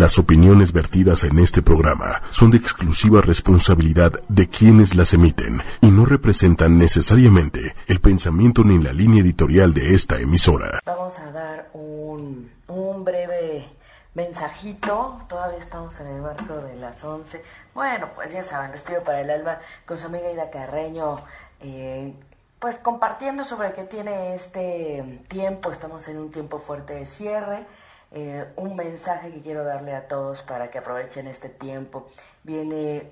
Las opiniones vertidas en este programa son de exclusiva responsabilidad de quienes las emiten y no representan necesariamente el pensamiento ni la línea editorial de esta emisora. Vamos a dar un breve mensajito. Todavía estamos en el marco de las 11. Bueno, pues ya saben, Respiro para el Alma con su amiga Ida Carreño, pues compartiendo sobre qué tiene este tiempo. Estamos en un tiempo fuerte de cierre. Un mensaje que quiero darle a todos para que aprovechen este tiempo. Viene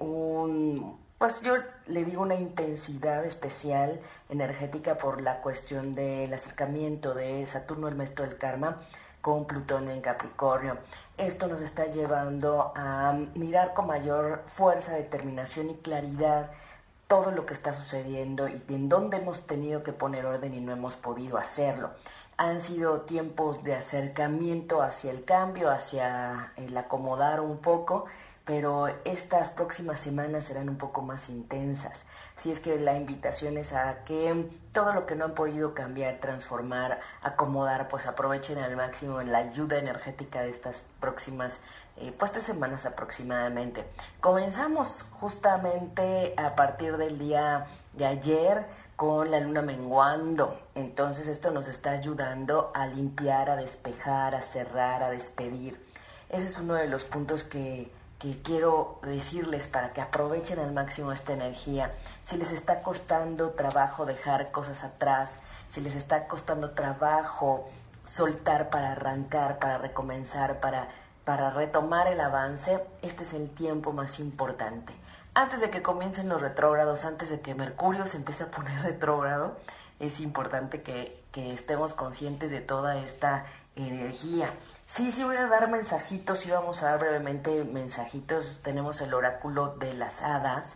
pues yo le digo una intensidad especial energética por la cuestión del acercamiento de Saturno, el maestro del karma, con Plutón en Capricornio. Esto nos está llevando a mirar con mayor fuerza, determinación y claridad todo lo que está sucediendo y en dónde hemos tenido que poner orden y no hemos podido hacerlo. Han sido tiempos de acercamiento hacia el cambio, hacia el acomodar un poco, pero estas próximas semanas serán un poco más intensas. Así es que la invitación es a que todo lo que no han podido cambiar, transformar, acomodar, pues aprovechen al máximo la ayuda energética de estas próximas 3 semanas aproximadamente. Comenzamos justamente a partir del día de ayer con la luna menguando. Entonces esto nos está ayudando a limpiar, a despejar, a cerrar, a despedir. Ese es uno de los puntos que quiero decirles para que aprovechen al máximo esta energía. Si les está costando trabajo dejar cosas atrás, si les está costando trabajo soltar para arrancar, para recomenzar, para retomar el avance, este es el tiempo más importante. Antes de que comiencen los retrógrados, antes de que Mercurio se empiece a poner retrógrado, es importante que estemos conscientes de toda esta energía. Sí voy a dar mensajitos, sí vamos a dar brevemente mensajitos. Tenemos el oráculo de las hadas,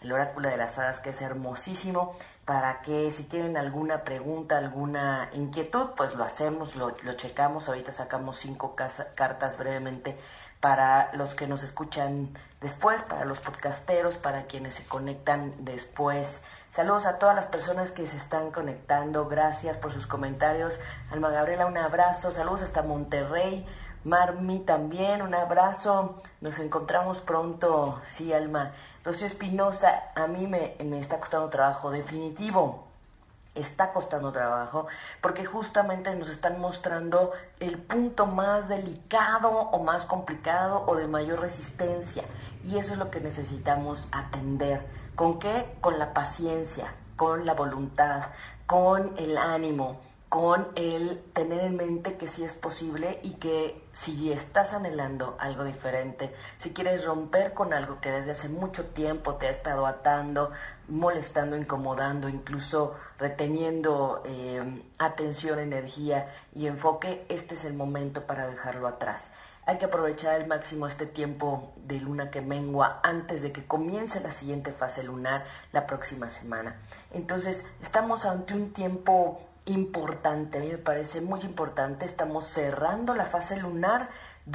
que es hermosísimo, para que si tienen alguna pregunta, alguna inquietud, pues lo hacemos, lo checamos. Ahorita sacamos 5 cartas brevemente para los que nos escuchan después, para los podcasteros, para quienes se conectan después. Saludos a todas las personas que se están conectando, gracias por sus comentarios. Alma Gabriela, un abrazo, saludos hasta Monterrey. Marmi también, un abrazo, nos encontramos pronto. Sí, Alma. Rocío Espinosa, a mí me está costando trabajo, definitivo. Está costando trabajo porque justamente nos están mostrando el punto más delicado o más complicado o de mayor resistencia, y eso es lo que necesitamos atender. ¿Con qué? Con la paciencia, con la voluntad, con el ánimo, con el tener en mente que sí es posible y que si estás anhelando algo diferente, si quieres romper con algo que desde hace mucho tiempo te ha estado atando, molestando, incomodando, incluso reteniendo atención, energía y enfoque, este es el momento para dejarlo atrás. Hay que aprovechar al máximo este tiempo de luna que mengua antes de que comience la siguiente fase lunar la próxima semana. Entonces, estamos ante un tiempo importante, a mí me parece muy importante. Estamos cerrando la fase lunar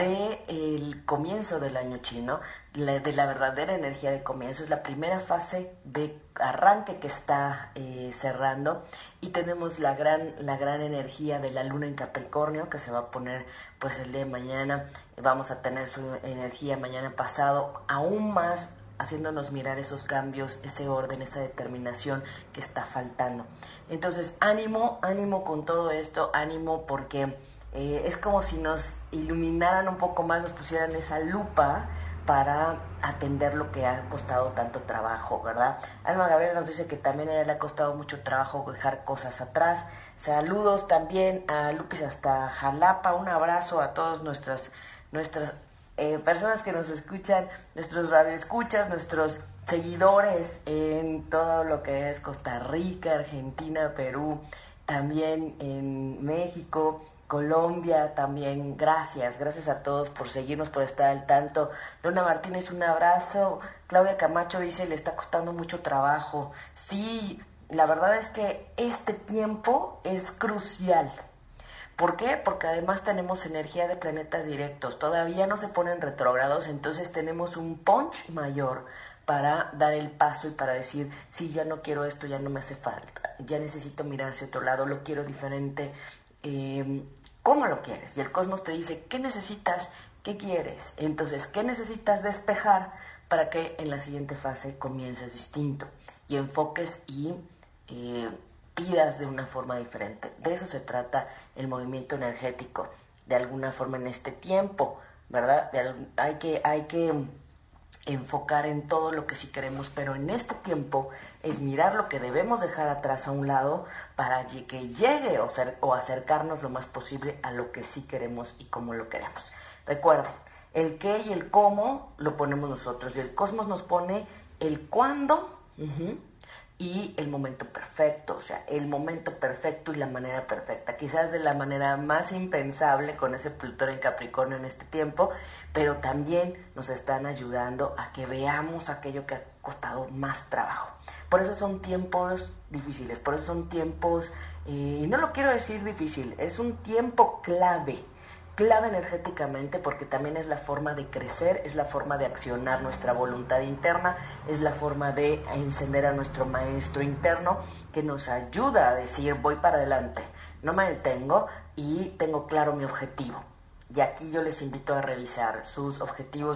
del comienzo del año chino, de la verdadera energía de comienzo. Es la primera fase de arranque que está cerrando, y tenemos la gran energía de la luna en Capricornio, que se va a poner pues el día de mañana. Vamos a tener su energía mañana pasado, aún más haciéndonos mirar esos cambios, ese orden, esa determinación que está faltando. Entonces, ánimo con todo esto, ánimo porque es como si nos iluminaran un poco más, nos pusieran esa lupa para atender lo que ha costado tanto trabajo, ¿verdad? Alma Gabriela nos dice que también a ella le ha costado mucho trabajo dejar cosas atrás. Saludos también a Lupis hasta Jalapa, un abrazo a todos nuestras personas que nos escuchan, nuestros radioescuchas, nuestros seguidores en todo lo que es Costa Rica, Argentina, Perú, también en México, Colombia también. Gracias a todos por seguirnos, por estar al tanto. Luna Martínez, un abrazo. Claudia Camacho dice, le está costando mucho trabajo. Sí, la verdad es que este tiempo es crucial. ¿Por qué? Porque además tenemos energía de planetas directos, todavía no se ponen retrógrados, entonces tenemos un punch mayor para dar el paso y para decir, sí, ya no quiero esto, ya no me hace falta, ya necesito mirar hacia otro lado, lo quiero diferente. ¿Cómo lo quieres? Y el cosmos te dice, ¿qué necesitas? ¿Qué quieres? Entonces, ¿qué necesitas despejar para que en la siguiente fase comiences distinto y enfoques y pidas de una forma diferente? De eso se trata el movimiento energético, de alguna forma en este tiempo, ¿verdad? Hay que enfocar en todo lo que sí queremos, pero en este tiempo es mirar lo que debemos dejar atrás a un lado para que llegue o acercarnos lo más posible a lo que sí queremos y cómo lo queremos. Recuerden, el qué y el cómo lo ponemos nosotros, y el cosmos nos pone el cuándo y el momento perfecto, o sea, el momento perfecto y la manera perfecta. Quizás de la manera más impensable con ese Plutón en Capricornio en este tiempo, pero también nos están ayudando a que veamos aquello que ha costado más trabajo. Por eso son tiempos difíciles, por eso son tiempos, y no lo quiero decir difícil, es un tiempo clave energéticamente, porque también es la forma de crecer, es la forma de accionar nuestra voluntad interna, es la forma de encender a nuestro maestro interno que nos ayuda a decir voy para adelante, no me detengo y tengo claro mi objetivo. Y aquí yo les invito a revisar sus objetivos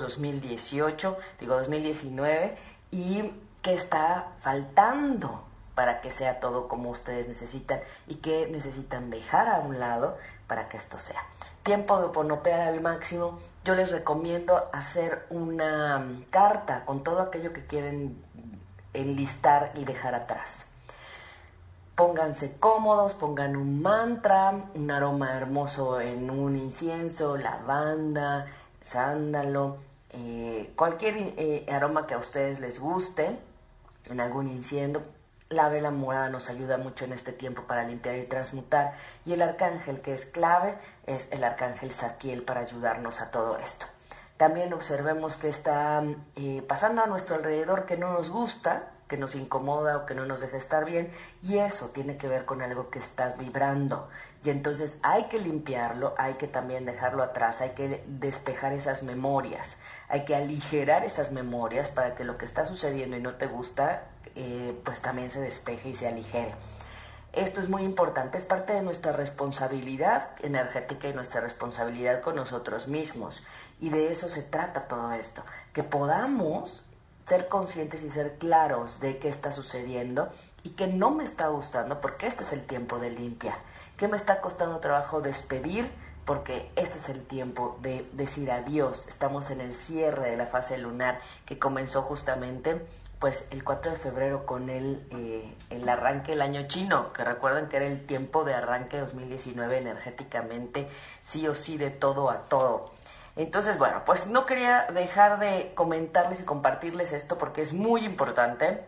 2019 y qué está faltando para que sea todo como ustedes necesitan y qué necesitan dejar a un lado para que esto sea. Tiempo de oponopear al máximo. Yo les recomiendo hacer una carta con todo aquello que quieren enlistar y dejar atrás. Pónganse cómodos, pongan un mantra, un aroma hermoso en un incienso, lavanda, sándalo, cualquier aroma que a ustedes les guste, en algún incienso. La vela morada nos ayuda mucho en este tiempo para limpiar y transmutar. Y el arcángel que es clave es el arcángel Zadkiel para ayudarnos a todo esto. También observemos que está pasando a nuestro alrededor que no nos gusta, que nos incomoda o que no nos deja estar bien. Y eso tiene que ver con algo que estás vibrando. Y entonces hay que limpiarlo, hay que también dejarlo atrás, hay que despejar esas memorias. Hay que aligerar esas memorias para que lo que está sucediendo y no te gusta pues también se despeje y se aligere. Esto es muy importante, es parte de nuestra responsabilidad energética y nuestra responsabilidad con nosotros mismos, y de eso se trata todo esto, que podamos ser conscientes y ser claros de qué está sucediendo y qué no me está gustando, porque este es el tiempo de limpia, qué me está costando trabajo despedir, porque este es el tiempo de decir adiós. Estamos en el cierre de la fase lunar que comenzó justamente pues el 4 de febrero con el arranque del año chino, que recuerden que era el tiempo de arranque 2019 energéticamente, sí o sí, de todo a todo. Entonces, bueno, pues no quería dejar de comentarles y compartirles esto porque es muy importante,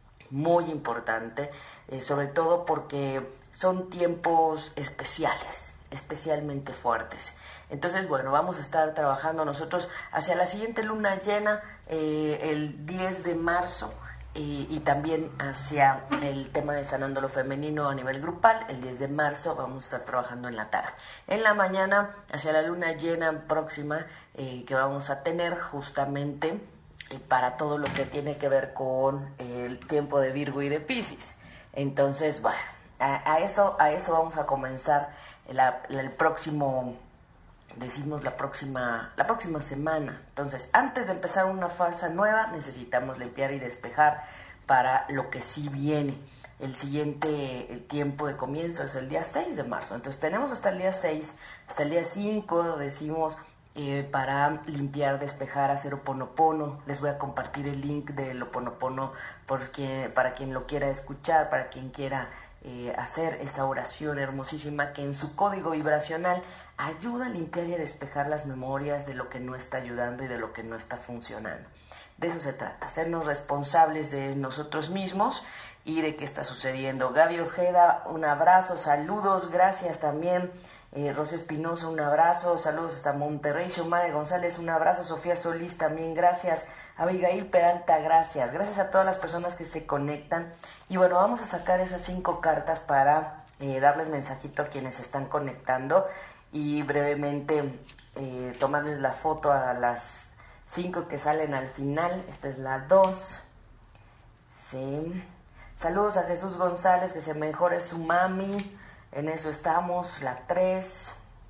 sobre todo porque son tiempos especiales, especialmente fuertes. Entonces, bueno, vamos a estar trabajando nosotros hacia la siguiente luna llena, el 10 de marzo, y también hacia el tema de sanando lo femenino a nivel grupal. El 10 de marzo vamos a estar trabajando en la tarde. En la mañana, hacia la luna llena próxima, que vamos a tener justamente para todo lo que tiene que ver con el tiempo de Virgo y de Piscis. Entonces, bueno, a eso vamos a comenzar el próximo... decimos la próxima semana. Entonces, antes de empezar una fase nueva, necesitamos limpiar y despejar para lo que sí viene. El tiempo de comienzo es el día 6 de marzo. Entonces, tenemos hasta el día 6, hasta el día 5, decimos, para limpiar, despejar, hacer Ho'oponopono. Les voy a compartir el link del Ho'oponopono para quien lo quiera escuchar, para quien quiera hacer esa oración hermosísima que en su código vibracional ayuda a limpiar y a despejar las memorias de lo que no está ayudando y de lo que no está funcionando. De eso se trata, hacernos responsables de nosotros mismos y de qué está sucediendo. Gaby Ojeda, un abrazo, saludos, gracias también. Rocío Espinosa, un abrazo, saludos hasta Monterrey. Xiomara González, un abrazo. Sofía Solís también, gracias. Abigail Peralta, gracias. Gracias a todas las personas que se conectan. Y bueno, vamos a sacar esas 5 cartas para darles mensajito a quienes se están conectando y brevemente tomarles la foto a las 5 que salen al final. Esta es la 2. Sí. Saludos a Jesús González, que se mejore su mami. En eso estamos. La 3.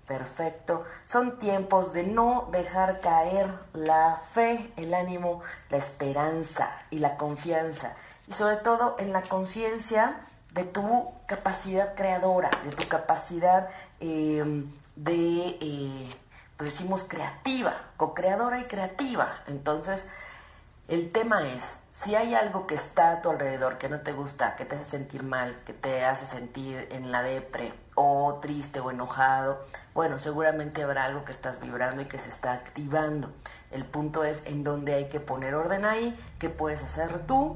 perfecto. Son tiempos de no dejar caer la fe, el ánimo, la esperanza y la confianza. Y sobre todo en la conciencia de tu capacidad creadora, de tu capacidad pues decimos creativa, co-creadora y creativa. Entonces, el tema es, si hay algo que está a tu alrededor que no te gusta, que te hace sentir mal, que te hace sentir en la depre, o triste o enojado, bueno, seguramente habrá algo que estás vibrando y que se está activando. El punto es en dónde hay que poner orden ahí, qué puedes hacer tú.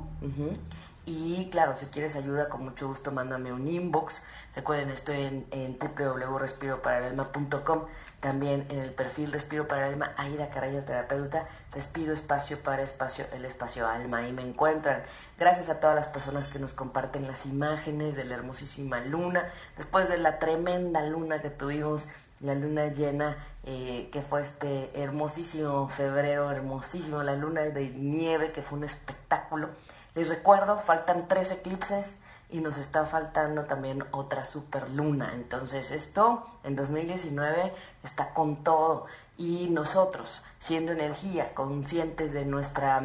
Y claro, si quieres ayuda, con mucho gusto mándame un inbox. Recuerden, estoy en www.respiroparalalma.com. También en el perfil Respiro para el Alma, Aida Carreño, terapeuta. Respiro espacio para espacio, el espacio alma. Ahí me encuentran. Gracias a todas las personas que nos comparten las imágenes de la hermosísima luna. Después de la tremenda luna que tuvimos, la luna llena, que fue este hermosísimo febrero, hermosísimo, la luna de nieve, que fue un espectáculo. Les recuerdo, faltan 3 eclipses y nos está faltando también otra superluna. Entonces esto en 2019 está con todo. Y nosotros, siendo energía, conscientes de nuestra,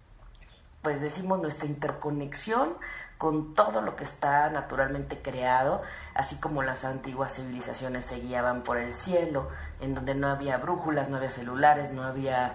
pues decimos, nuestra interconexión con todo lo que está naturalmente creado, así como las antiguas civilizaciones se guiaban por el cielo, en donde no había brújulas, no había celulares, no había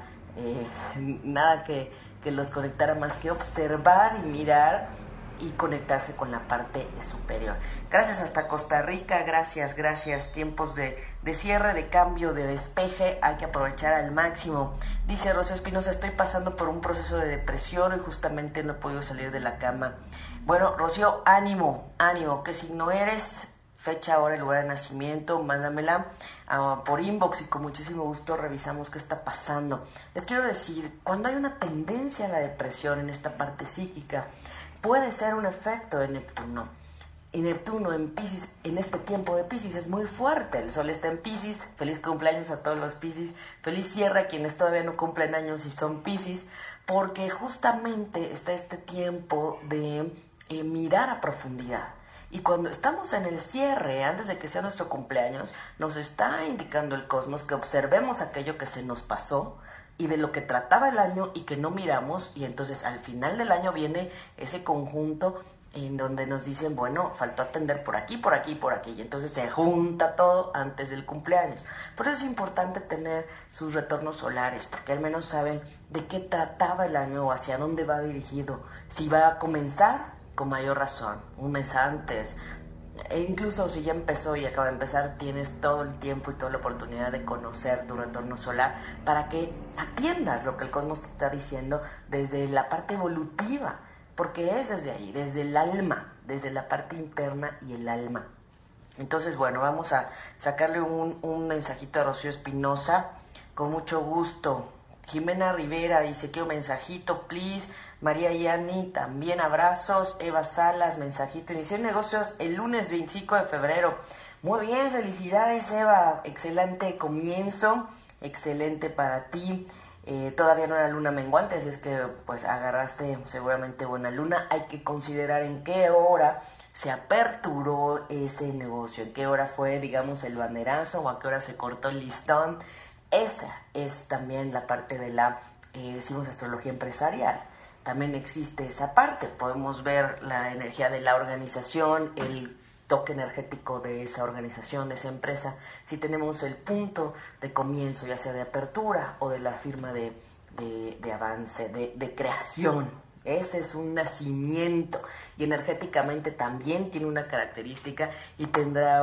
nada que los conectara más que observar y mirar y conectarse con la parte superior. Gracias hasta Costa Rica, gracias. Tiempos de cierre, de cambio, de despeje, hay que aprovechar al máximo. Dice Rocío Espinosa, estoy pasando por un proceso de depresión y justamente no he podido salir de la cama. Bueno, Rocío, ánimo, ¿qué signo eres? Fecha, hora y lugar de nacimiento, mándamela por inbox y con muchísimo gusto revisamos qué está pasando. Les quiero decir, cuando hay una tendencia a la depresión en esta parte psíquica, puede ser un efecto de Neptuno. Y Neptuno en Piscis, en este tiempo de Piscis, es muy fuerte. El Sol está en Piscis. Feliz cumpleaños a todos los Piscis. Feliz cierre a quienes todavía no cumplen años y son Piscis, porque justamente está este tiempo de mirar a profundidad. Y cuando estamos en el cierre, antes de que sea nuestro cumpleaños, nos está indicando el cosmos que observemos aquello que se nos pasó y de lo que trataba el año y que no miramos, y entonces al final del año viene ese conjunto en donde nos dicen, bueno, faltó atender por aquí, y entonces se junta todo antes del cumpleaños. Por eso es importante tener sus retornos solares, porque al menos saben de qué trataba el año o hacia dónde va dirigido, si va a comenzar con mayor razón, un mes antes, e incluso si ya empezó y acaba de empezar, tienes todo el tiempo y toda la oportunidad de conocer tu retorno solar para que atiendas lo que el cosmos te está diciendo desde la parte evolutiva, porque es desde ahí, desde el alma, desde la parte interna y el alma. Entonces, bueno, vamos a sacarle un mensajito a Rocío Espinosa, con mucho gusto. Jimena Rivera dice, quiero mensajito, please. María Yani, también abrazos. Eva Salas, mensajito. Inicié negocios el lunes 25 de febrero. Muy bien, felicidades, Eva. Excelente comienzo, excelente para ti. Todavía no era luna menguante, así es que pues agarraste seguramente buena luna. Hay que considerar en qué hora se aperturó ese negocio, en qué hora fue, digamos, el banderazo o a qué hora se cortó el listón. Esa es también la parte de la, decimos, astrología empresarial. También existe esa parte. Podemos ver la energía de la organización, el toque energético de esa organización, de esa empresa, si tenemos el punto de comienzo, ya sea de apertura o de la firma de avance, de creación. Ese es un nacimiento y energéticamente también tiene una característica y tendrá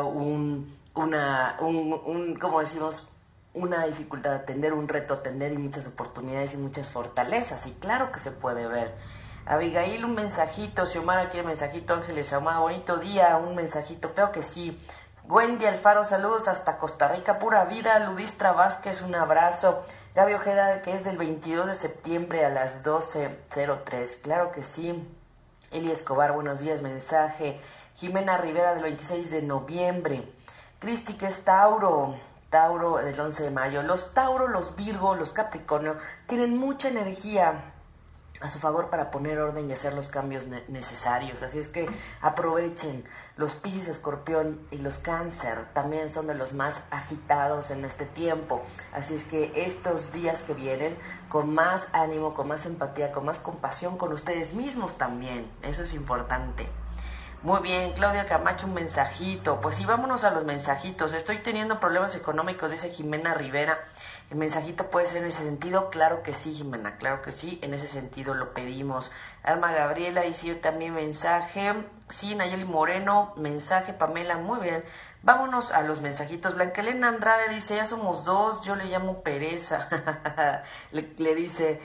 como decimos, una dificultad a atender, un reto a atender y muchas oportunidades y muchas fortalezas. Y claro que se puede ver. Abigail, un mensajito. Xiomara quiere mensajito. Ángeles Amada, bonito día, un mensajito. Claro que sí. Wendy Alfaro, saludos hasta Costa Rica, pura vida. Ludistra Vázquez, un abrazo. Gaby Ojeda, que es del 22 de septiembre a las 12:03. Claro que sí. Eli Escobar, buenos días, mensaje. Jimena Rivera, del 26 de noviembre. Cristi, que es Tauro del 11 de mayo. Los Tauro, los Virgo, los Capricornio tienen mucha energía a su favor para poner orden y hacer los cambios necesarios. Así es que aprovechen. Los Piscis, Escorpión y los Cáncer también son de los más agitados en este tiempo. Así es que estos días que vienen, con más ánimo, con más empatía, con más compasión con ustedes mismos también. Eso es importante. Muy bien, Claudia Camacho, un mensajito. Pues sí, vámonos a los mensajitos. Estoy teniendo problemas económicos, dice Jimena Rivera. ¿El mensajito puede ser en ese sentido? Claro que sí, Jimena, claro que sí, en ese sentido lo pedimos. Alma Gabriela dice yo también mensaje. Sí, Nayeli Moreno, mensaje. Pamela, muy bien. Vámonos a los mensajitos. Blanquelena Andrade dice, ya somos dos, yo le llamo pereza. le dice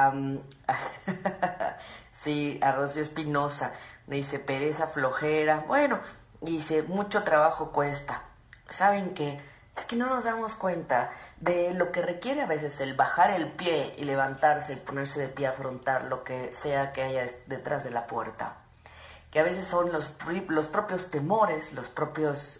sí, a Rocío Espinosa. Dice pereza, flojera. Bueno, dice, mucho trabajo cuesta. ¿Saben qué? Es que no nos damos cuenta de lo que requiere a veces el bajar el pie y levantarse y ponerse de pie a afrontar lo que sea que haya detrás de la puerta. Que a veces son los propios temores, los propios,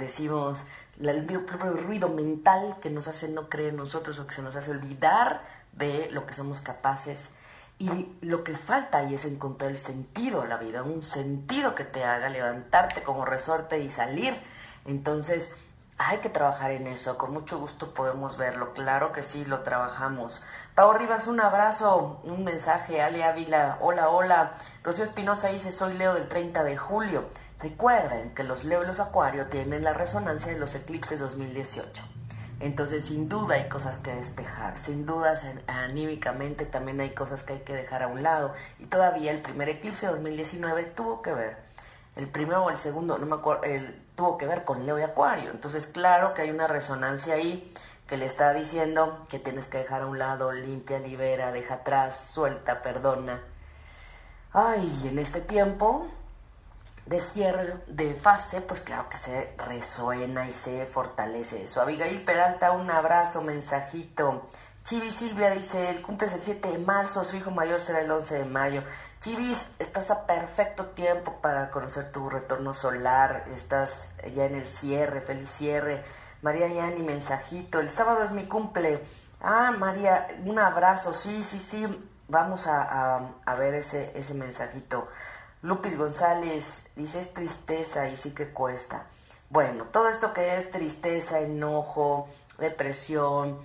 el propio ruido mental que nos hace no creer en nosotros o que se nos hace olvidar de lo que somos capaces. Y lo que falta ahí es encontrar el sentido a la vida, un sentido que te haga levantarte como resorte y salir. Entonces, hay que trabajar en eso, con mucho gusto podemos verlo, claro que sí, lo trabajamos. Pau Rivas, un abrazo, un mensaje. Ale Ávila, hola, hola. Rocío Espinosa dice, soy Leo del 30 de julio. Recuerden que los Leo y los Acuario tienen la resonancia de los eclipses 2018. Entonces, sin duda hay cosas que despejar, sin duda anímicamente también hay cosas que hay que dejar a un lado. Y todavía el primer eclipse 2019 tuvo que ver, el primero o el segundo, no me acuerdo, tuvo que ver con Leo y Acuario. Entonces, claro que hay una resonancia ahí que le está diciendo que tienes que dejar a un lado, limpia, libera, deja atrás, suelta, perdona. Ay, en este tiempo de cierre, de fase, pues claro que se resuena y se fortalece eso. Abigail Peralta, un abrazo, mensajito. Chivis Silvia dice, el cumples el 7 de marzo, su hijo mayor será el 11 de mayo. Chivis, estás a perfecto tiempo para conocer tu retorno solar, estás ya en el cierre, feliz cierre. María Yani, mensajito, el sábado es mi cumple. Ah, María, un abrazo, sí, vamos a ver ese mensajito. Lupis González dice, es tristeza y sí que cuesta. Bueno, todo esto que es tristeza, enojo, depresión,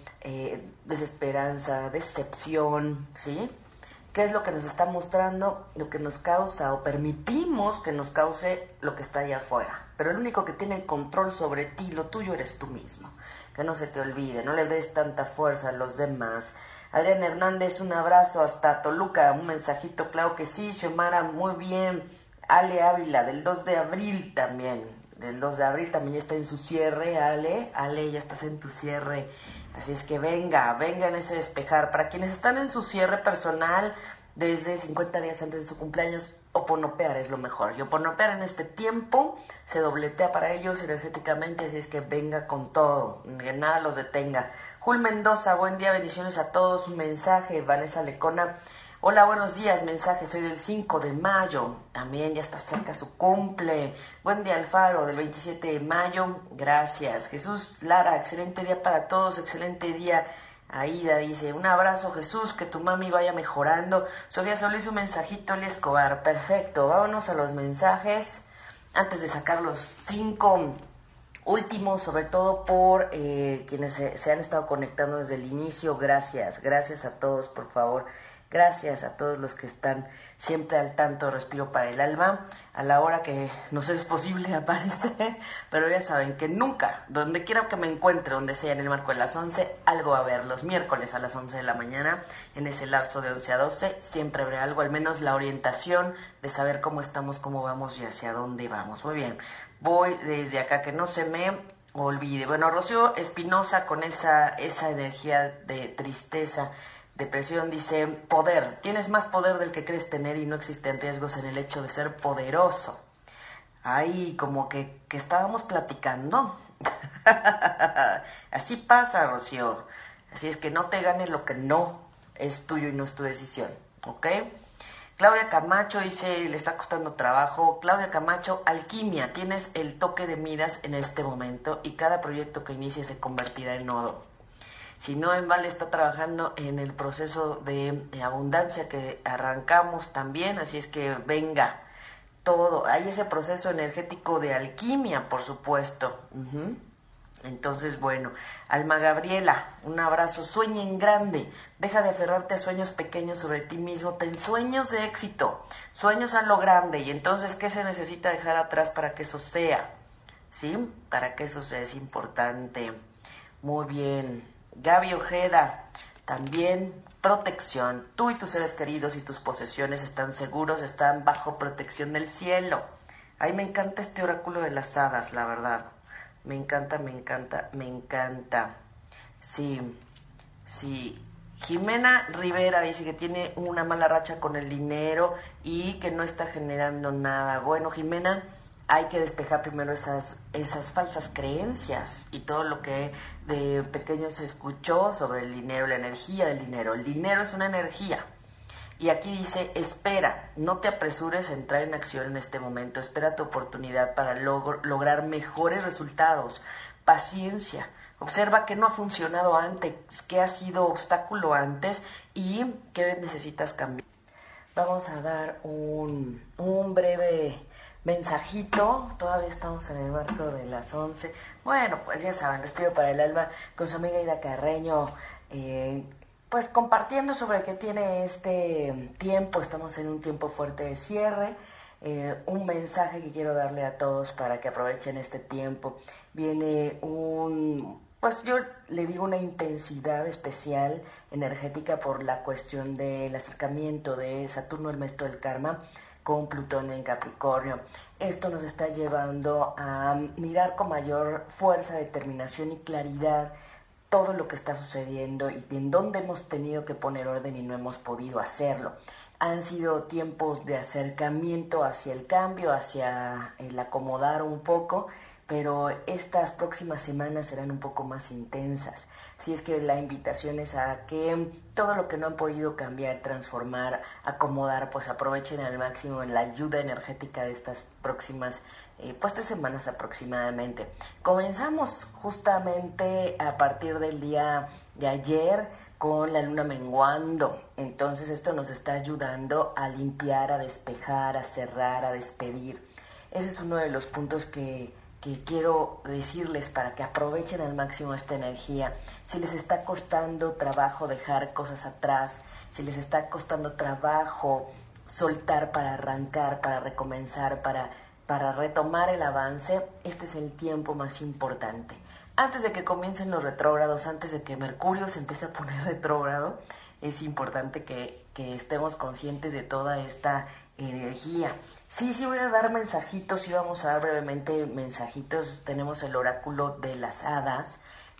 desesperanza, decepción, ¿sí? ¿Qué es lo que nos está mostrando? Lo que nos causa o permitimos que nos cause lo que está allá afuera. Pero el único que tiene el control sobre ti, lo tuyo, eres tú mismo. Que no se te olvide, no le des tanta fuerza a los demás. Adrián Hernández, un abrazo hasta Toluca, un mensajito, claro que sí. Xiomara, muy bien. Ale Ávila, del 2 de abril también. Del 2 de abril también ya está en su cierre, Ale, ya estás en tu cierre. Así es que venga en ese despejar. Para quienes están en su cierre personal desde 50 días antes de su cumpleaños, oponopear es lo mejor. Y oponopear en este tiempo se dobletea para ellos energéticamente, así es que venga con todo, que nada los detenga. Jul Mendoza, buen día, bendiciones a todos. Un mensaje. Vanessa Lecona, hola, buenos días, mensaje, soy del 5 de mayo, también ya está cerca su cumple. Buen día, Alfaro, del 27 de mayo, gracias. Jesús Lara, excelente día para todos, excelente día. Aida dice, un abrazo, Jesús, que tu mami vaya mejorando. Sofía Solís, un mensajito, Eli Escobar, perfecto, vámonos a los mensajes, antes de sacar los 5 últimos, sobre todo por quienes se han estado conectando desde el inicio. Gracias a todos, por favor. Gracias a todos los que están siempre al tanto. Respiro para el alma, a la hora que nos es posible aparecer, pero ya saben que nunca, donde quiera que me encuentre, donde sea en el marco de las 11, algo va a haber. Los miércoles a las 11 de la mañana, en ese lapso de 11 a 12, siempre habrá algo, al menos la orientación de saber cómo estamos, cómo vamos y hacia dónde vamos. Muy bien, voy desde acá, que no se me olvide. Bueno, Rocío Espinosa, con esa energía de tristeza, depresión, dice, poder, tienes más poder del que crees tener y no existen riesgos en el hecho de ser poderoso. Ahí como que estábamos platicando. Así pasa, Rocío. Así es que no te gane lo que no es tuyo y no es tu decisión, ¿ok? Claudia Camacho dice, le está costando trabajo. Claudia Camacho, alquimia, tienes el toque de miras en este momento y cada proyecto que inicies se convertirá en oro. Si no, en vale está trabajando en el proceso de abundancia que arrancamos también, así es que venga todo. Hay ese proceso energético de alquimia, por supuesto. Entonces, bueno, Alma Gabriela, un abrazo, sueña en grande, deja de aferrarte a sueños pequeños sobre ti mismo, ten sueños de éxito, sueños a lo grande, y entonces, ¿qué se necesita dejar atrás para que eso sea? ¿Sí? Para que eso sea, es importante. Muy bien. Gaby Ojeda, también protección. Tú y tus seres queridos y tus posesiones están seguros, están bajo protección del cielo. Ay, me encanta este oráculo de las hadas, la verdad. Me encanta, me encanta, me encanta. Sí, sí. Jimena Rivera dice que tiene una mala racha con el dinero y que no está generando nada. Bueno, Jimena, hay que despejar primero esas falsas creencias y todo lo que de pequeño se escuchó sobre el dinero, la energía del dinero. El dinero es una energía. Y aquí dice, espera, no te apresures a entrar en acción en este momento, espera tu oportunidad para lograr mejores resultados, paciencia, observa qué no ha funcionado antes, qué ha sido obstáculo antes y qué necesitas cambiar. Vamos a dar un breve mensajito, todavía estamos en el marco de las 11. Bueno, pues ya saben, respiro para el alma con su amiga Ida Carreño, pues compartiendo sobre qué tiene este tiempo. Estamos en un tiempo fuerte de cierre. Un mensaje que quiero darle a todos para que aprovechen este tiempo. Viene pues yo le digo una intensidad especial energética por la cuestión del acercamiento de Saturno, el maestro del karma, con Plutón en Capricornio. Esto nos está llevando a mirar con mayor fuerza, determinación y claridad todo lo que está sucediendo y en dónde hemos tenido que poner orden y no hemos podido hacerlo. Han sido tiempos de acercamiento hacia el cambio, hacia el acomodar un poco, pero estas próximas semanas serán un poco más intensas. Así es que la invitación es a que todo lo que no han podido cambiar, transformar, acomodar, pues aprovechen al máximo en la ayuda energética de estas próximas 3 semanas aproximadamente. Comenzamos justamente a partir del día de ayer con la luna menguando. Entonces esto nos está ayudando a limpiar, a despejar, a cerrar, a despedir. Ese es uno de los puntos que quiero decirles para que aprovechen al máximo esta energía. Si les está costando trabajo dejar cosas atrás, si les está costando trabajo soltar para arrancar, para recomenzar, para retomar el avance, este es el tiempo más importante. Antes de que comiencen los retrógrados, antes de que Mercurio se empiece a poner retrógrado, es importante que estemos conscientes de toda esta energía. Sí, voy a dar mensajitos, sí vamos a dar brevemente mensajitos. Tenemos el oráculo de las hadas,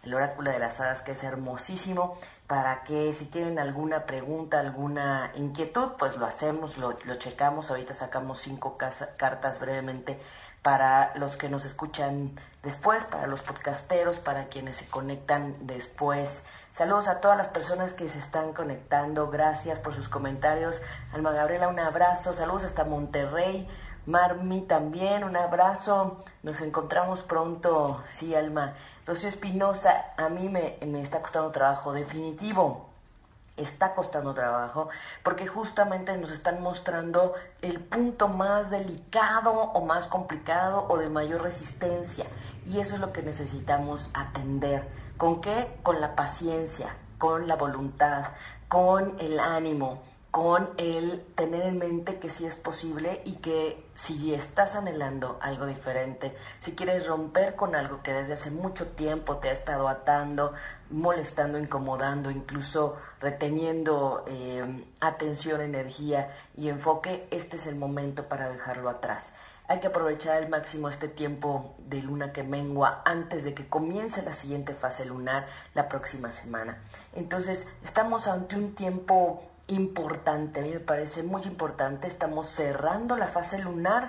que es hermosísimo, para que si tienen alguna pregunta, alguna inquietud, pues lo hacemos, lo checamos. Ahorita sacamos 5 cartas brevemente para los que nos escuchan después, para los podcasteros, para quienes se conectan después. Saludos a todas las personas que se están conectando, gracias por sus comentarios. Alma Gabriela, un abrazo, saludos hasta Monterrey. Marmi también, un abrazo, nos encontramos pronto. Sí, Alma. Rocío Espinosa, a mí me está costando trabajo, definitivo. Está costando trabajo porque justamente nos están mostrando el punto más delicado o más complicado o de mayor resistencia, y eso es lo que necesitamos atender. ¿Con qué? Con la paciencia, con la voluntad, con el ánimo, con el tener en mente que sí es posible y que si estás anhelando algo diferente, si quieres romper con algo que desde hace mucho tiempo te ha estado atando, molestando, incomodando, incluso reteniendo atención, energía y enfoque, este es el momento para dejarlo atrás. Hay que aprovechar al máximo este tiempo de luna que mengua antes de que comience la siguiente fase lunar la próxima semana. Entonces, estamos ante un tiempo importante, a mí me parece muy importante. Estamos cerrando la fase lunar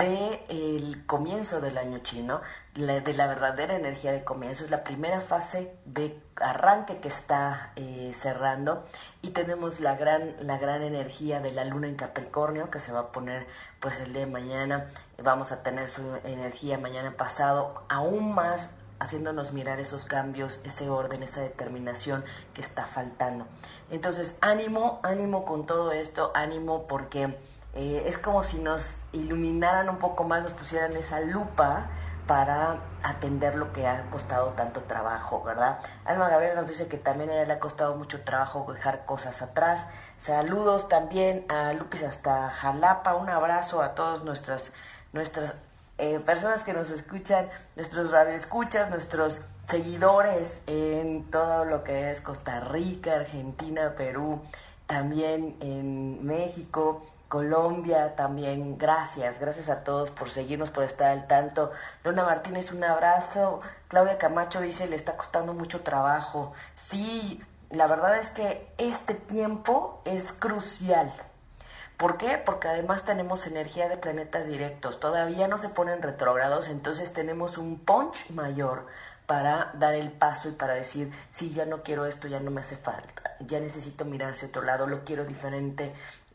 del comienzo del año chino, de la verdadera energía de comienzo. Es la primera fase de arranque que está cerrando, y tenemos la gran energía de la luna en Capricornio, que se va a poner pues el día de mañana. Vamos a tener su energía mañana pasado aún más haciéndonos mirar esos cambios, ese orden, esa determinación que está faltando. Entonces, ánimo con todo esto, ánimo porque es como si nos iluminaran un poco más, nos pusieran esa lupa para atender lo que ha costado tanto trabajo, ¿verdad? Alma Gabriel nos dice que también a ella le ha costado mucho trabajo dejar cosas atrás. Saludos también a Lupis hasta Jalapa, un abrazo a todas nuestras personas que nos escuchan, nuestros radioescuchas, nuestros seguidores en todo lo que es Costa Rica, Argentina, Perú, también en México, Colombia también. Gracias a todos por seguirnos, por estar al tanto. Luna Martínez, un abrazo. Claudia Camacho dice, le está costando mucho trabajo. Sí, la verdad es que este tiempo es crucial. ¿Por qué? Porque además tenemos energía de planetas directos, todavía no se ponen retrógrados, entonces tenemos un punch mayor para dar el paso y para decir, sí, ya no quiero esto, ya no me hace falta, ya necesito mirar hacia otro lado, lo quiero diferente.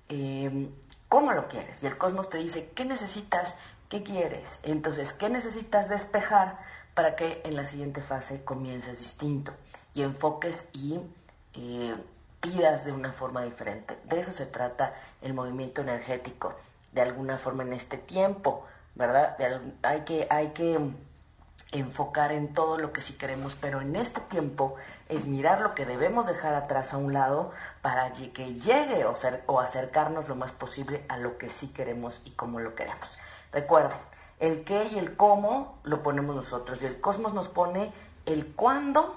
¿Cómo lo quieres? Y el cosmos te dice, ¿qué necesitas? ¿Qué quieres? Entonces, ¿qué necesitas despejar para que en la siguiente fase comiences distinto? Y enfoques y pidas de una forma diferente. De eso se trata el movimiento energético, de alguna forma en este tiempo, ¿verdad? Hay que enfocar en todo lo que sí queremos, pero en este tiempo es mirar lo que debemos dejar atrás a un lado para que llegue o acercarnos lo más posible a lo que sí queremos y cómo lo queremos. Recuerden, el qué y el cómo lo ponemos nosotros y el cosmos nos pone el cuándo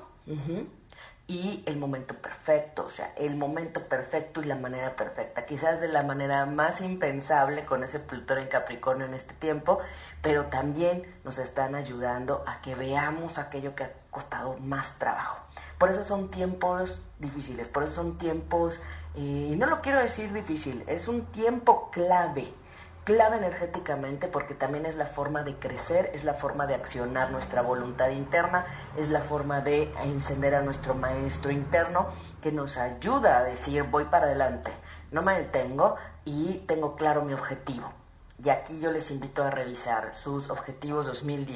y el momento perfecto, o sea, el momento perfecto y la manera perfecta, quizás de la manera más impensable con ese Plutón en Capricornio en este tiempo, pero también nos están ayudando a que veamos aquello que ha costado más trabajo. Por eso son tiempos difíciles, por eso son tiempos, y no lo quiero decir difícil, es un tiempo clave energéticamente, porque también es la forma de crecer, es la forma de accionar nuestra voluntad interna, es la forma de encender a nuestro maestro interno que nos ayuda a decir voy para adelante, no me detengo y tengo claro mi objetivo. Y aquí yo les invito a revisar sus objetivos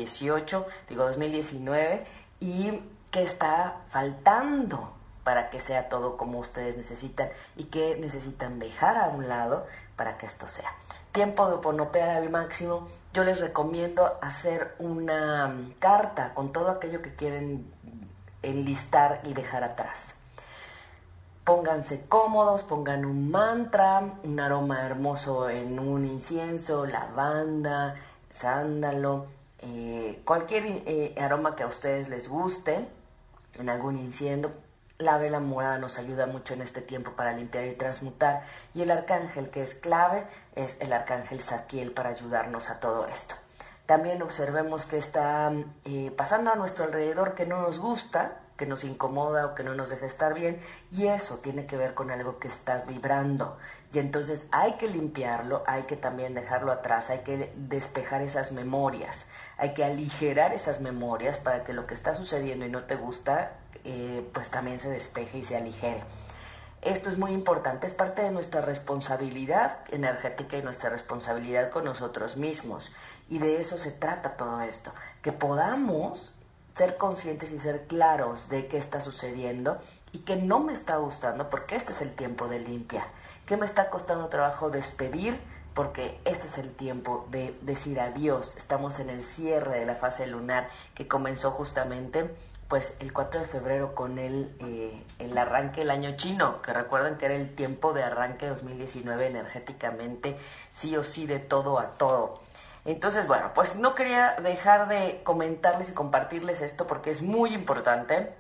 2019 y qué está faltando para que sea todo como ustedes necesitan y qué necesitan dejar a un lado para que esto sea. Tiempo de oponopear al máximo. Yo les recomiendo hacer una carta con todo aquello que quieren enlistar y dejar atrás. Pónganse cómodos, pongan un mantra, un aroma hermoso en un incienso, lavanda, sándalo, cualquier aroma que a ustedes les guste, en algún incienso. La vela morada nos ayuda mucho en este tiempo para limpiar y transmutar. Y el arcángel que es clave es el arcángel Zadkiel para ayudarnos a todo esto. También observemos que está pasando a nuestro alrededor que no nos gusta, que nos incomoda o que no nos deja estar bien. Y eso tiene que ver con algo que estás vibrando. Y entonces hay que limpiarlo, hay que también dejarlo atrás, hay que despejar esas memorias. Hay que aligerar esas memorias para que lo que está sucediendo y no te gusta pues también se despeje y se aligere. Esto es muy importante, es parte de nuestra responsabilidad energética y nuestra responsabilidad con nosotros mismos, y de eso se trata todo esto, que podamos ser conscientes y ser claros de qué está sucediendo y que no me está gustando, porque este es el tiempo de limpia, que me está costando trabajo despedir, porque este es el tiempo de decir adiós. Estamos en el cierre de la fase lunar que comenzó justamente pues el 4 de febrero con el arranque del año chino, que recuerden que era el tiempo de arranque 2019 energéticamente, sí o sí, de todo a todo. Entonces, bueno, pues no quería dejar de comentarles y compartirles esto porque es muy importante,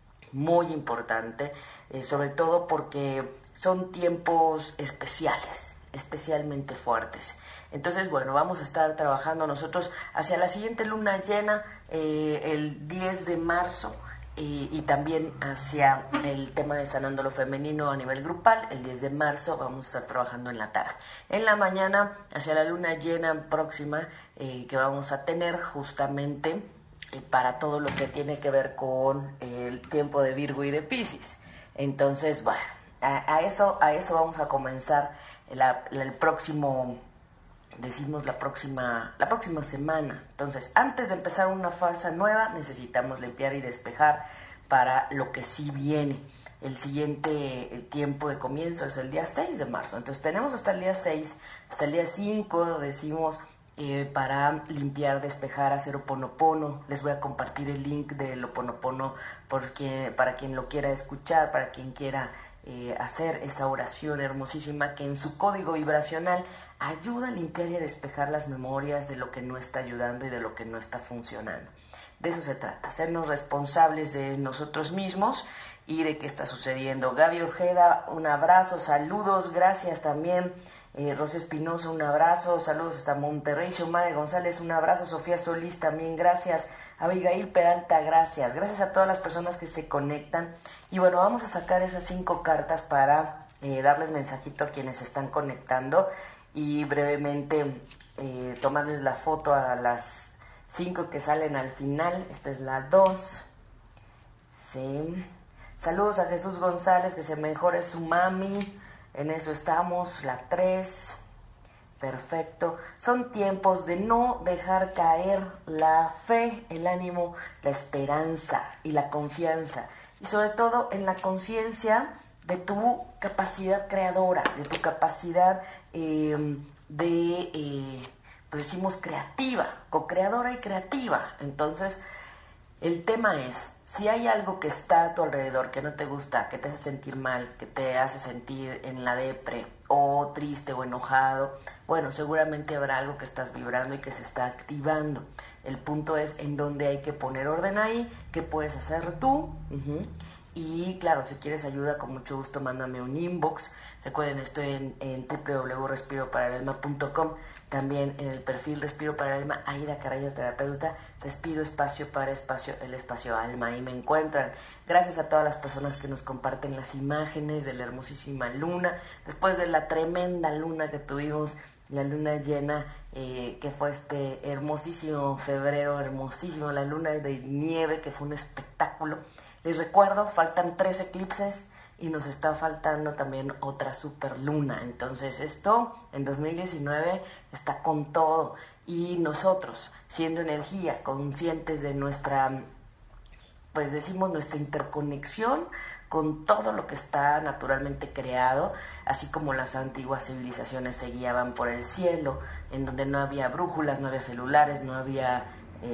sobre todo porque son tiempos especiales, especialmente fuertes. Entonces, bueno, vamos a estar trabajando nosotros hacia la siguiente luna llena, el 10 de marzo, y también hacia el tema de sanando lo femenino a nivel grupal. El 10 de marzo vamos a estar trabajando en la tarde. En la mañana, hacia la luna llena próxima que vamos a tener justamente para todo lo que tiene que ver con el tiempo de Virgo y de Piscis. Entonces, bueno, a eso vamos a comenzar el próximo decimos la próxima semana. Entonces, antes de empezar una fase nueva, necesitamos limpiar y despejar para lo que sí viene. El tiempo de comienzo es el día 6 de marzo. Entonces, tenemos hasta el día 6, hasta el día 5, decimos, para limpiar, despejar, hacer Ho'oponopono. Les voy a compartir el link del Ho'oponopono para quien lo quiera escuchar, para quien quiera hacer esa oración hermosísima que en su código vibracional ayuda a limpiar y a despejar las memorias de lo que no está ayudando y de lo que no está funcionando. De eso se trata, hacernos responsables de nosotros mismos y de qué está sucediendo. Gaby Ojeda, un abrazo, saludos, gracias también. Rocío Espinosa, un abrazo, saludos hasta Monterrey. Xiomara González, un abrazo. Sofía Solís también, gracias. Abigail Peralta, gracias. Gracias a todas las personas que se conectan. Y bueno, vamos a sacar esas 5 cartas para darles mensajito a quienes se están conectando y brevemente tomarles la foto a las 5 que salen al final. Esta es la 2. Sí. Saludos a Jesús González, que se mejore su mami. En eso estamos, la 3, perfecto. Son tiempos de no dejar caer la fe, el ánimo, la esperanza y la confianza. Y sobre todo en la conciencia de tu capacidad creadora, de tu capacidad pues decimos creativa, co-creadora y creativa. Entonces, el tema es, si hay algo que está a tu alrededor que no te gusta, que te hace sentir mal, que te hace sentir en la depre, o triste o enojado, bueno, seguramente habrá algo que estás vibrando y que se está activando. El punto es en dónde hay que poner orden ahí, qué puedes hacer tú. Y claro, si quieres ayuda, con mucho gusto mándame un inbox. Recuerden, estoy en www.respiroparaelma.com. También en el perfil Respiro para el Alma, Aida Carreño, terapeuta. Respiro espacio para espacio, el espacio alma. Ahí me encuentran. Gracias a todas las personas que nos comparten las imágenes de la hermosísima luna. Después de la tremenda luna que tuvimos, la luna llena, que fue este hermosísimo febrero, hermosísimo, la luna de nieve, que fue un espectáculo. Les recuerdo, faltan 3 eclipses. Y nos está faltando también otra superluna. Entonces esto en 2019 está con todo. Y nosotros, siendo energía, conscientes de nuestra, pues decimos, nuestra interconexión con todo lo que está naturalmente creado, así como las antiguas civilizaciones se guiaban por el cielo, en donde no había brújulas, no había celulares, no había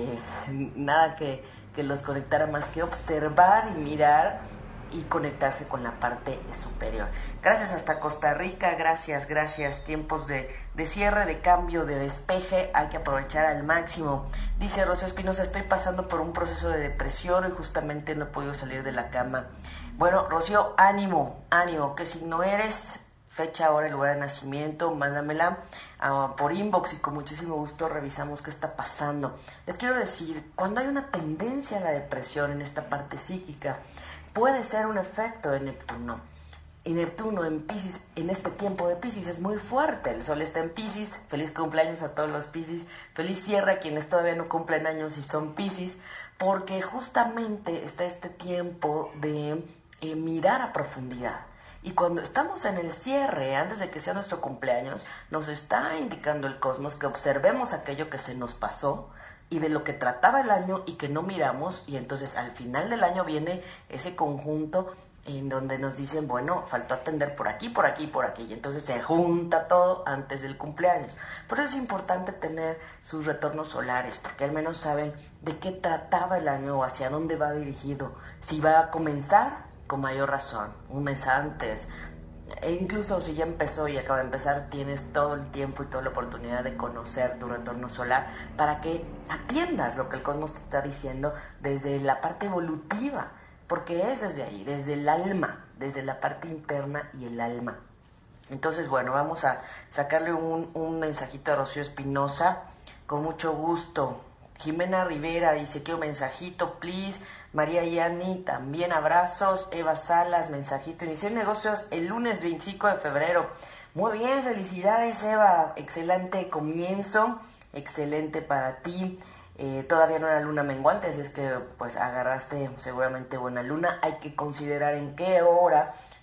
nada que los conectara más que observar y mirar y conectarse con la parte superior. Gracias hasta Costa Rica, gracias. Tiempos de cierre, de cambio, de despeje, hay que aprovechar al máximo. Dice Rocío Espinosa, estoy pasando por un proceso de depresión y justamente no he podido salir de la cama. Bueno, Rocío, ánimo, ¿qué signo eres? Fecha, hora y lugar de nacimiento, mándamela por inbox y con muchísimo gusto revisamos qué está pasando. Les quiero decir, cuando hay una tendencia a la depresión en esta parte psíquica, puede ser un efecto de Neptuno. Y Neptuno en Piscis, en este tiempo de Piscis, es muy fuerte. El Sol está en Piscis. Feliz cumpleaños a todos los Piscis. Feliz cierre a quienes todavía no cumplen años y son Piscis. Porque justamente está este tiempo de mirar a profundidad. Y cuando estamos en el cierre, antes de que sea nuestro cumpleaños, nos está indicando el cosmos que observemos aquello que se nos pasó y de lo que trataba el año y que no miramos, y entonces al final del año viene ese conjunto en donde nos dicen, bueno, faltó atender por aquí, y entonces se junta todo antes del cumpleaños. Por eso es importante tener sus retornos solares, porque al menos saben de qué trataba el año o hacia dónde va dirigido, si va a comenzar con mayor razón, un mes antes, e incluso si ya empezó y acaba de empezar, tienes todo el tiempo y toda la oportunidad de conocer tu retorno solar para que atiendas lo que el cosmos te está diciendo desde la parte evolutiva, porque es desde ahí, desde el alma, desde la parte interna y el alma. Entonces, bueno, vamos a sacarle un mensajito a Rocío Espinosa, con mucho gusto. Jimena Rivera dice, quiero mensajito, please. María Yani, también abrazos. Eva Salas, mensajito. Inicié negocios el lunes 25 de febrero. Muy bien, felicidades, Eva. Excelente comienzo, excelente para ti. Todavía no era luna menguante, así es que pues agarraste seguramente buena luna. Hay que considerar en qué hora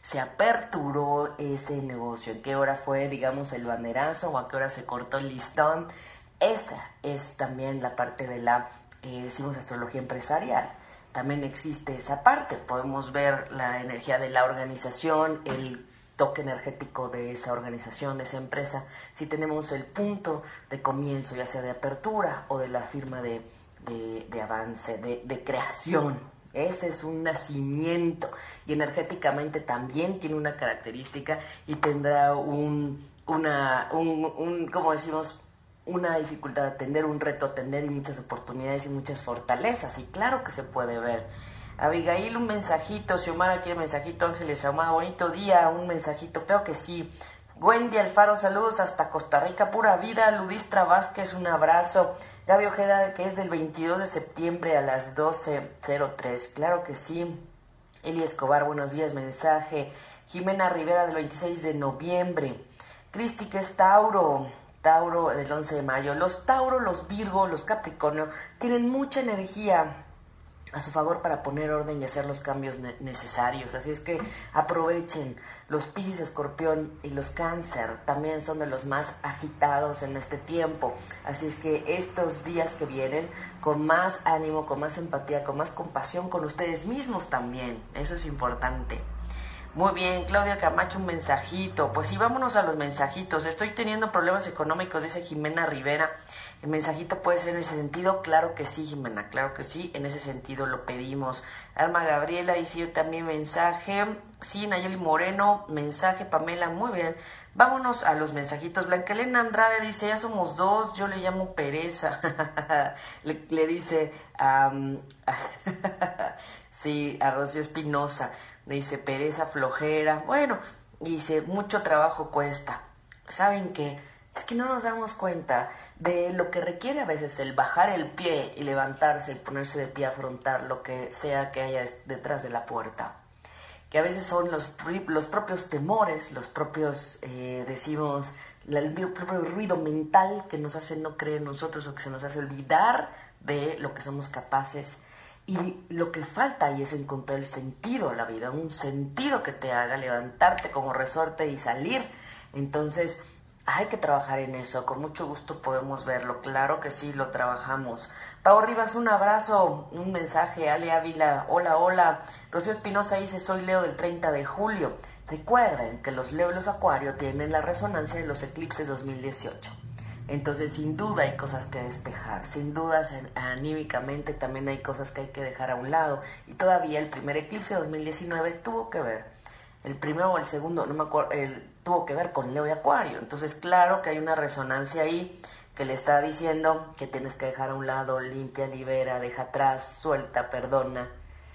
se aperturó ese negocio, en qué hora fue, digamos, el banderazo o a qué hora se cortó el listón. Esa es también la parte de la, decimos, astrología empresarial. También existe esa parte, podemos ver la energía de la organización, el toque energético de esa organización, de esa empresa, si tenemos el punto de comienzo, ya sea de apertura o de la firma de avance, de creación. Ese es un nacimiento y energéticamente también tiene una característica y tendrá como decimos, una dificultad, atender un reto, atender y muchas oportunidades y muchas fortalezas, y claro que se puede ver. Abigail, un mensajito. Xiomara quiere mensajito. Ángeles, Xiomara, bonito día, un mensajito, claro que sí. Wendy Alfaro, saludos hasta Costa Rica, pura vida. Ludistra Vázquez, un abrazo. Gaby Ojeda, que es del 22 de septiembre a las 12:03, claro que sí. Eli Escobar, buenos días, mensaje. Jimena Rivera, del 26 de noviembre. Cristi, que es Tauro del 11 de mayo. Los Tauro, los Virgo, los Capricornio tienen mucha energía a su favor para poner orden y hacer los cambios necesarios, así es que aprovechen. Los Piscis, Escorpión y los Cáncer también son de los más agitados en este tiempo, así es que estos días que vienen, con más ánimo, con más empatía, con más compasión con ustedes mismos también, eso es importante. Muy bien, Claudia Camacho, un mensajito. Pues sí, vámonos a los mensajitos. Estoy teniendo problemas económicos, dice Jimena Rivera. ¿El mensajito puede ser en ese sentido? Claro que sí, Jimena, claro que sí, en ese sentido lo pedimos. Alma Gabriela dice yo también mensaje. Sí, Nayeli Moreno, mensaje. Pamela, muy bien. Vámonos a los mensajitos. Blanca Elena Andrade dice, ya somos dos, yo le llamo pereza. le dice sí, a Rocío Espinosa. Dice pereza, flojera. Bueno, dice mucho trabajo cuesta. ¿Saben qué? Es que no nos damos cuenta de lo que requiere a veces el bajar el pie y levantarse y ponerse de pie a afrontar lo que sea que haya detrás de la puerta. Que a veces son los propios temores, los propios, decimos, el propio ruido mental que nos hace no creer en nosotros o que se nos hace olvidar de lo que somos capaces. Y lo que falta ahí es encontrar el sentido a la vida, un sentido que te haga levantarte como resorte y salir. Entonces, hay que trabajar en eso, con mucho gusto podemos verlo, claro que sí, lo trabajamos. Pau Rivas, un abrazo, un mensaje. Ale Ávila, hola, hola. Rocío Espinosa dice, soy Leo del 30 de julio. Recuerden que los Leo y los Acuario tienen la resonancia de los eclipses 2018. Entonces, sin duda hay cosas que despejar, sin duda anímicamente también hay cosas que hay que dejar a un lado. Y todavía el primer eclipse de 2019 tuvo que ver, el primero o el segundo, no me acuerdo, tuvo que ver con Leo y Acuario. Entonces, claro que hay una resonancia ahí que le está diciendo que tienes que dejar a un lado, limpia, libera, deja atrás, suelta, perdona.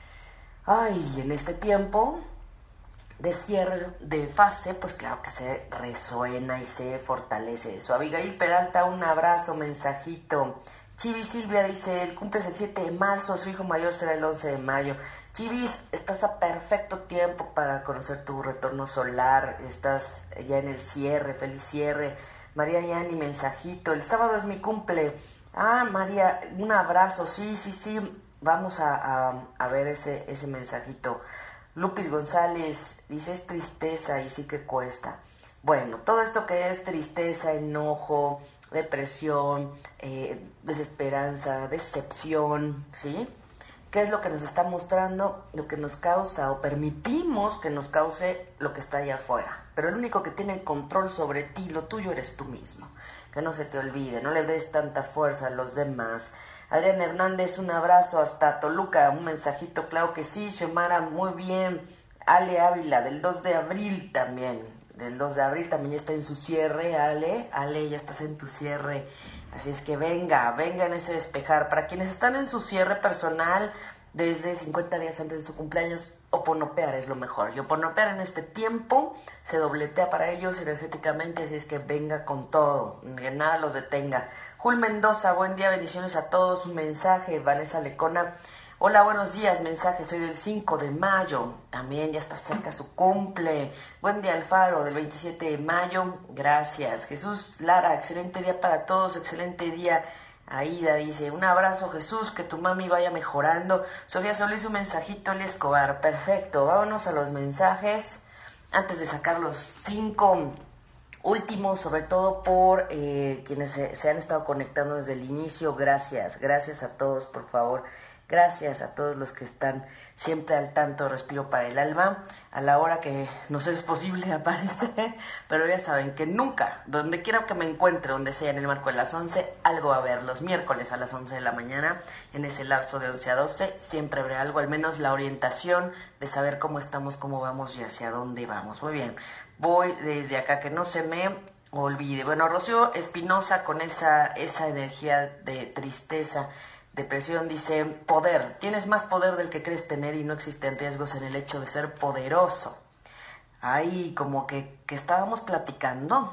Ay, en este tiempo de cierre de fase, pues claro que se resuena y se fortalece eso. Abigail Peralta, un abrazo, mensajito. Chivis Silvia dice, el cumples el 7 de marzo, su hijo mayor será el 11 de mayo. Chivis, estás a perfecto tiempo para conocer tu retorno solar, estás ya en el cierre, feliz cierre. María Yani, mensajito, el sábado es mi cumple. Ah, María, un abrazo, sí, vamos a ver ese mensajito. Lupis González dice, es tristeza y sí que cuesta. Bueno, todo esto que es tristeza, enojo, depresión, desesperanza, decepción, ¿sí? ¿Qué es lo que nos está mostrando? Lo que nos causa o permitimos que nos cause lo que está allá afuera. Pero el único que tiene el control sobre ti, lo tuyo, eres tú mismo. Que no se te olvide, no le des tanta fuerza a los demás. Adrián Hernández, un abrazo hasta Toluca, un mensajito, claro que sí. Xiomara, muy bien. Ale Ávila, del 2 de abril también. Del 2 de abril también ya está en su cierre, Ale, ya estás en tu cierre. Así es que venga en ese despejar. Para quienes están en su cierre personal desde 50 días antes de su cumpleaños, oponopear es lo mejor. Y oponopear en este tiempo se dobletea para ellos energéticamente, así es que venga con todo, que nada los detenga. Jul Mendoza, buen día, bendiciones a todos. Un mensaje. Vanessa Lecona, hola, buenos días, mensaje, soy del 5 de mayo, también ya está cerca su cumple. Buen día, Alfaro, del 27 de mayo, gracias. Jesús Lara, excelente día para todos, excelente día. Aida dice, un abrazo, Jesús, que tu mami vaya mejorando. Sofía Solís, un mensajito. Eli Escobar, perfecto, vámonos a los mensajes. antes de sacar los 5 últimos, sobre todo por quienes se han estado conectando desde el inicio, gracias a todos, por favor, gracias a todos los que están siempre al tanto de Respiro para el Alma, a la hora que nos es posible aparecer, pero ya saben que nunca, donde quiera que me encuentre, donde sea en el marco de las 11, algo va a haber. Los miércoles a las 11 de la mañana, en ese lapso de 11 a 12, siempre habrá algo, al menos la orientación de saber cómo estamos, cómo vamos y hacia dónde vamos. Muy bien, voy desde acá, que no se me olvide. Bueno, Rocío Espinosa, con esa energía de tristeza, depresión, dice: poder, tienes más poder del que crees tener y no existen riesgos en el hecho de ser poderoso. Ay, como que estábamos platicando.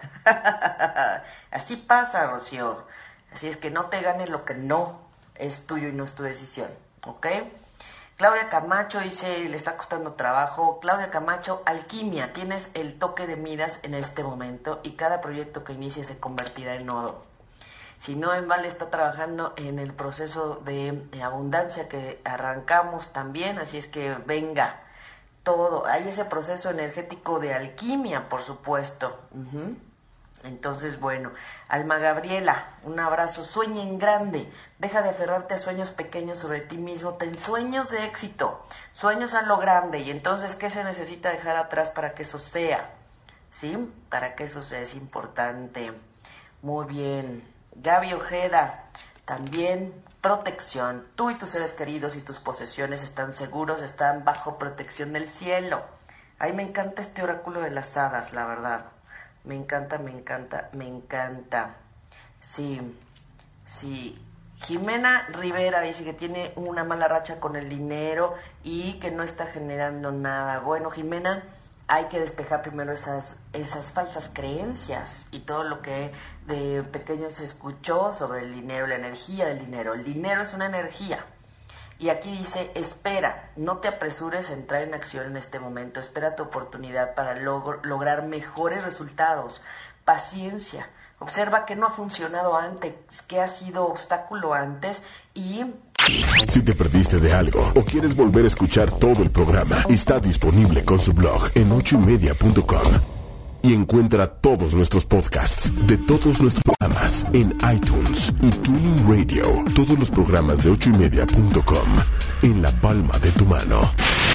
Así pasa, Rocío. Así es que no te gane lo que no es tuyo y no es tu decisión, ¿ok? Claudia Camacho dice: le está costando trabajo. Claudia Camacho, alquimia, tienes el toque de miras en este momento y cada proyecto que inicies se convertirá en oro. Si no, en vale está trabajando en el proceso de abundancia que arrancamos también, así es que venga todo. Hay ese proceso energético de alquimia, por supuesto. Entonces, bueno, Alma Gabriela, un abrazo. Sueña en grande, deja de aferrarte a sueños pequeños sobre ti mismo, ten sueños de éxito, sueños a lo grande. Y entonces, ¿qué se necesita dejar atrás para que eso sea? ¿Sí? Para que eso sea, es importante. Muy bien. Gaby Ojeda, también protección. Tú y tus seres queridos y tus posesiones están seguros, están bajo protección del cielo. Ay, me encanta este oráculo de las hadas, la verdad. Me encanta, me encanta, me encanta. Sí, sí. Jimena Rivera dice que tiene una mala racha con el dinero y que no está generando nada. Bueno, Jimena, hay que despejar primero esas falsas creencias y todo lo que de pequeño se escuchó sobre el dinero, la energía del dinero. El dinero es una energía. Y aquí dice: espera, no te apresures a entrar en acción en este momento. Espera tu oportunidad para lograr mejores resultados. Paciencia. Observa qué no ha funcionado antes, qué ha sido obstáculo antes y... Si te perdiste de algo o quieres volver a escuchar todo el programa, está disponible con su blog en 8ymedia.com. Y encuentra todos nuestros podcasts de todos nuestros programas en iTunes y Tuning Radio. Todos los programas de 8ymedia.com en la palma de tu mano.